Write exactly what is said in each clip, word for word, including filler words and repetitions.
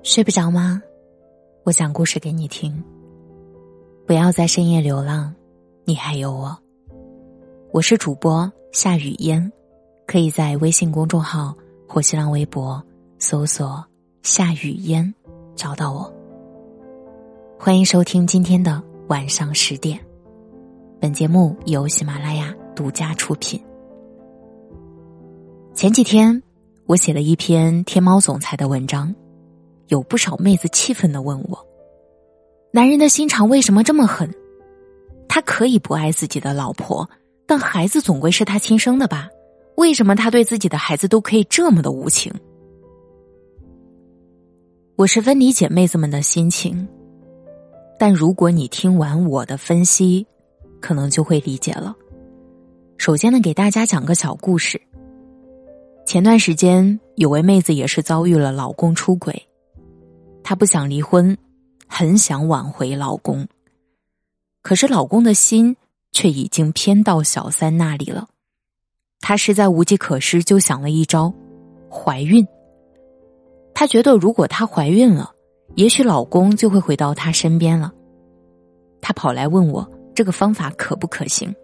睡不着吗？我讲故事给你听。不要在深夜流浪，你还有我。我是主播夏雨嫣，可以在微信公众号或新浪微博搜索夏雨嫣找到我。欢迎收听今天的晚上十点。本节目由喜马拉雅独家出品。前几天我写了一篇天猫总裁的文章，有不少妹子气愤地问我，男人的心肠为什么这么狠？他可以不爱自己的老婆，但孩子总归是他亲生的吧？为什么他对自己的孩子都可以这么的无情？我十分理解妹子们的心情，但如果你听完我的分析，可能就会理解了。首先呢，给大家讲个小故事。前段时间有位妹子也是遭遇了老公出轨，她不想离婚，很想挽回老公，可是老公的心却已经偏到小三那里了。她实在无计可施，就想了一招，怀孕。她觉得如果她怀孕了，也许老公就会回到她身边了。她跑来问我这个方法可不可行。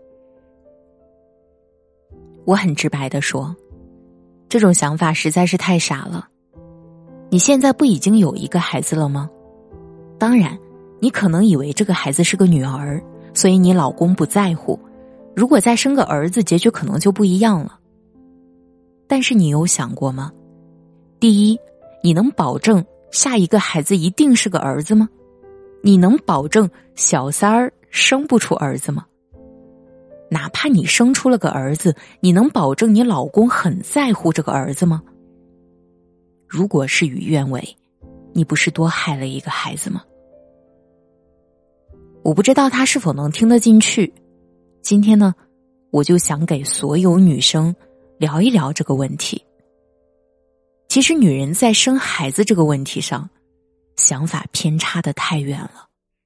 我很直白地说，这种想法实在是太傻了。你现在不已经有一个孩子了吗？当然，你可能以为这个孩子是个女儿，所以你老公不在乎。如果再生个儿子，结局可能就不一样了。但是你有想过吗？第一，你能保证下一个孩子一定是个儿子吗？你能保证小三儿生不出儿子吗？哪怕你生出了个儿子，你能保证你老公很在乎这个儿子吗？如果事与愿违，你不是多害了一个孩子吗？我不知道他是否能听得进去。今天呢，我就想给所有女生聊一聊这个问题。其实女人在生孩子这个问题上，想法偏差得太远了。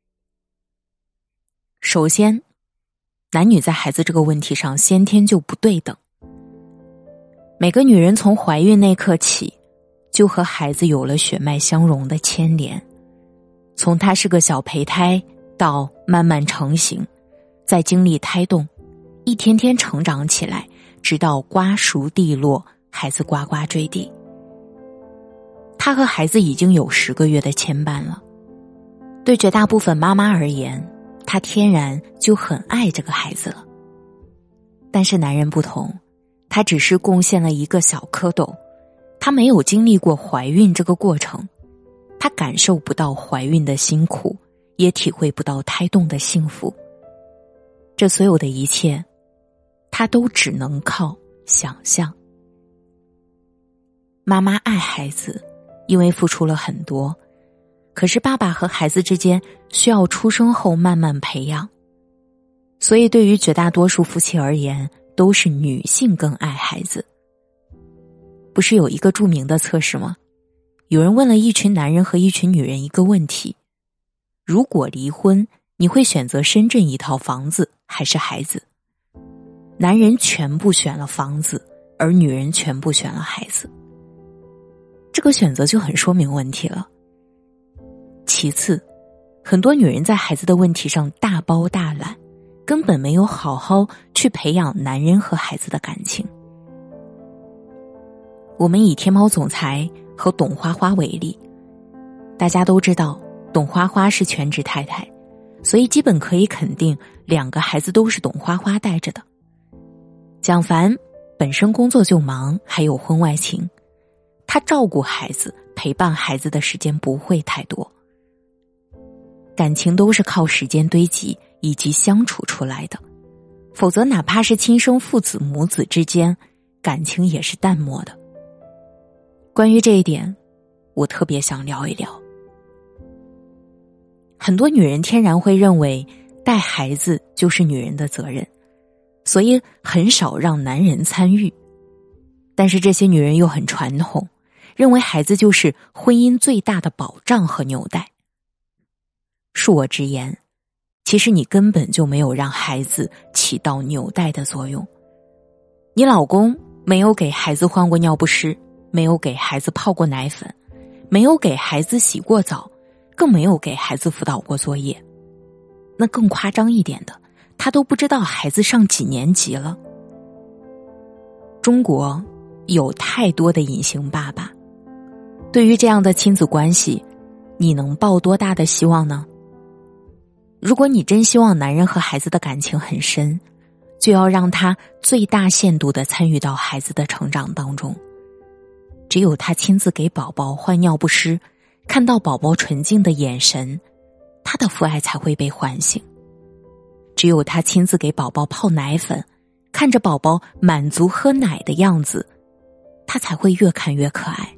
首先，男女在孩子这个问题上先天就不对等。每个女人从怀孕那刻起，就和孩子有了血脉相融的牵连，从她是个小胚胎到慢慢成型，再经历胎动，一天天成长起来，直到瓜熟蒂落，孩子呱呱坠地。她和孩子已经有十个月的牵绊了。对绝大部分妈妈而言，她天然就很爱这个孩子了。但是男人不同，他只是贡献了一个小蝌蚪，他没有经历过怀孕这个过程，他感受不到怀孕的辛苦，也体会不到胎动的幸福。这所有的一切，他都只能靠想象。妈妈爱孩子，因为付出了很多，可是爸爸和孩子之间需要出生后慢慢培养，所以对于绝大多数夫妻而言，都是女性更爱孩子。不是有一个著名的测试吗？有人问了一群男人和一群女人一个问题，如果离婚，你会选择深圳一套房子还是孩子？男人全部选了房子，而女人全部选了孩子。这个选择就很说明问题了。其次，很多女人在孩子的问题上大包大揽，根本没有好好去培养男人和孩子的感情。我们以天猫总裁和董花花为例，大家都知道董花花是全职太太，所以基本可以肯定两个孩子都是董花花带着的。蒋凡本身工作就忙，还有婚外情，他照顾孩子陪伴孩子的时间不会太多，感情都是靠时间堆积以及相处出来的，否则哪怕是亲生父子母子之间，感情也是淡漠的。关于这一点，我特别想聊一聊。很多女人天然会认为带孩子就是女人的责任，所以很少让男人参与。但是这些女人又很传统，认为孩子就是婚姻最大的保障和纽带。恕我直言，其实你根本就没有让孩子起到纽带的作用。你老公没有给孩子换过尿不湿，没有给孩子泡过奶粉， 没有给孩子洗过澡，更没有给孩子辅导过作业。那更夸张一点的，他都不知道孩子上几年级了。中国有太多的隐形爸爸，对于这样的亲子关系，你能抱多大的希望呢？如果你真希望男人和孩子的感情很深，就要让他最大限度地参与到孩子的成长当中。只有他亲自给宝宝换尿不湿，看到宝宝纯净的眼神，他的父爱才会被唤醒。只有他亲自给宝宝泡奶粉，看着宝宝满足喝奶的样子，他才会越看越可爱。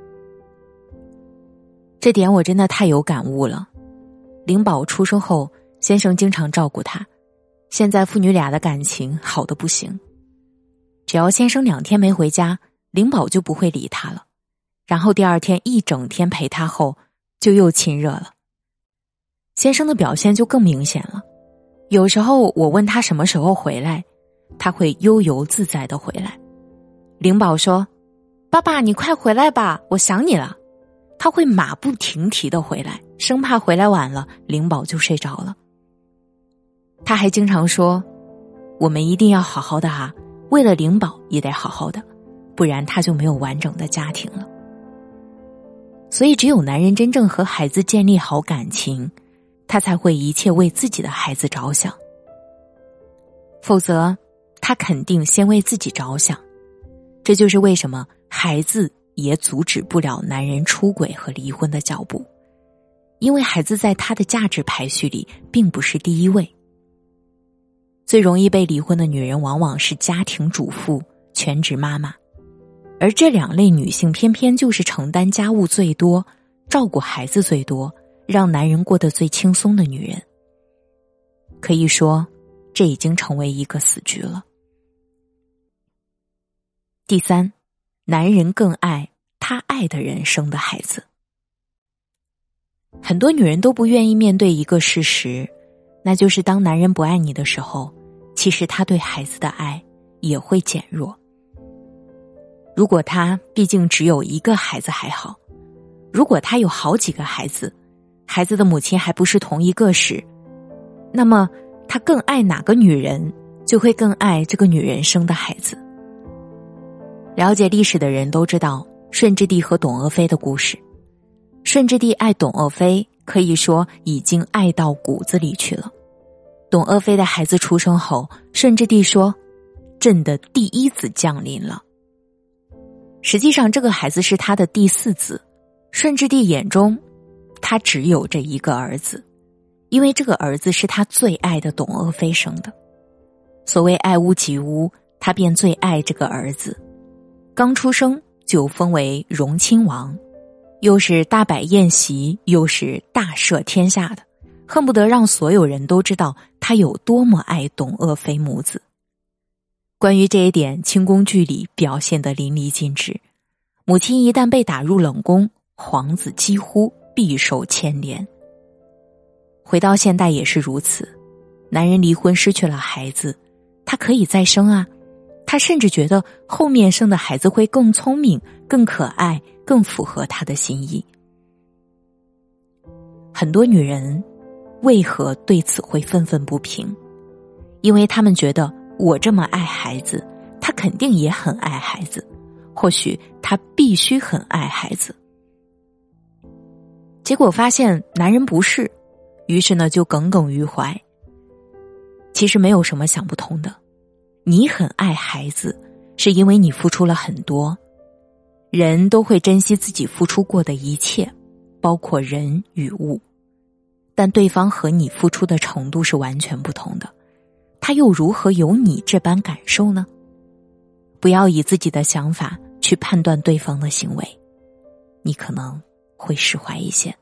这点我真的太有感悟了。灵宝出生后，先生经常照顾他，现在父女俩的感情好得不行。只要先生两天没回家，灵宝就不会理他了，然后第二天一整天陪他后，就又亲热了。先生的表现就更明显了，有时候我问他什么时候回来，他会悠游自在地回来。灵宝说：“爸爸，你快回来吧，我想你了。”他会马不停蹄地回来，生怕回来晚了，灵宝就睡着了。他还经常说：“我们一定要好好的啊，为了灵宝也得好好的，不然他就没有完整的家庭了。”所以只有男人真正和孩子建立好感情，他才会一切为自己的孩子着想，否则他肯定先为自己着想。这就是为什么孩子也阻止不了男人出轨和离婚的脚步，因为孩子在他的价值排序里并不是第一位。最容易被离婚的女人往往是家庭主妇、全职妈妈，而这两类女性偏偏就是承担家务最多、照顾孩子最多、让男人过得最轻松的女人。可以说，这已经成为一个死局了。第三，男人更爱他爱的人生的孩子。很多女人都不愿意面对一个事实，那就是当男人不爱你的时候，其实他对孩子的爱也会减弱。如果他毕竟只有一个孩子还好，如果他有好几个孩子，孩子的母亲还不是同一个时，那么他更爱哪个女人，就会更爱这个女人生的孩子。了解历史的人都知道顺治帝和董鄂妃的故事。顺治帝爱董鄂妃，可以说已经爱到骨子里去了。董鄂妃的孩子出生后，顺治帝说：“朕的第一子降临了。”实际上这个孩子是他的第四子，顺治帝眼中他只有这一个儿子，因为这个儿子是他最爱的董鄂妃生的。所谓爱屋及乌，他便最爱这个儿子。刚出生就封为荣亲王，又是大摆宴席，又是大赦天下的，恨不得让所有人都知道他有多么爱董鄂妃母子。关于这一点，清宫剧里表现得淋漓尽致。母亲一旦被打入冷宫，皇子几乎必受牵连。回到现代也是如此，男人离婚失去了孩子，他可以再生啊，他甚至觉得后面生的孩子会更聪明、更可爱、更符合他的心意。很多女人为何对此会愤愤不平？因为他们觉得我这么爱孩子，他肯定也很爱孩子，或许他必须很爱孩子。结果发现男人不是，于是呢就耿耿于怀。其实没有什么想不通的，你很爱孩子，是因为你付出了很多。人都会珍惜自己付出过的一切，包括人与物，但对方和你付出的程度是完全不同的，他又如何有你这般感受呢？不要以自己的想法去判断对方的行为，你可能会释怀一些。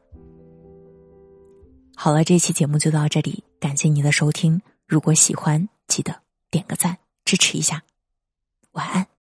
好了，这期节目就到这里，感谢你的收听。如果喜欢，记得点个赞，支持一下。晚安。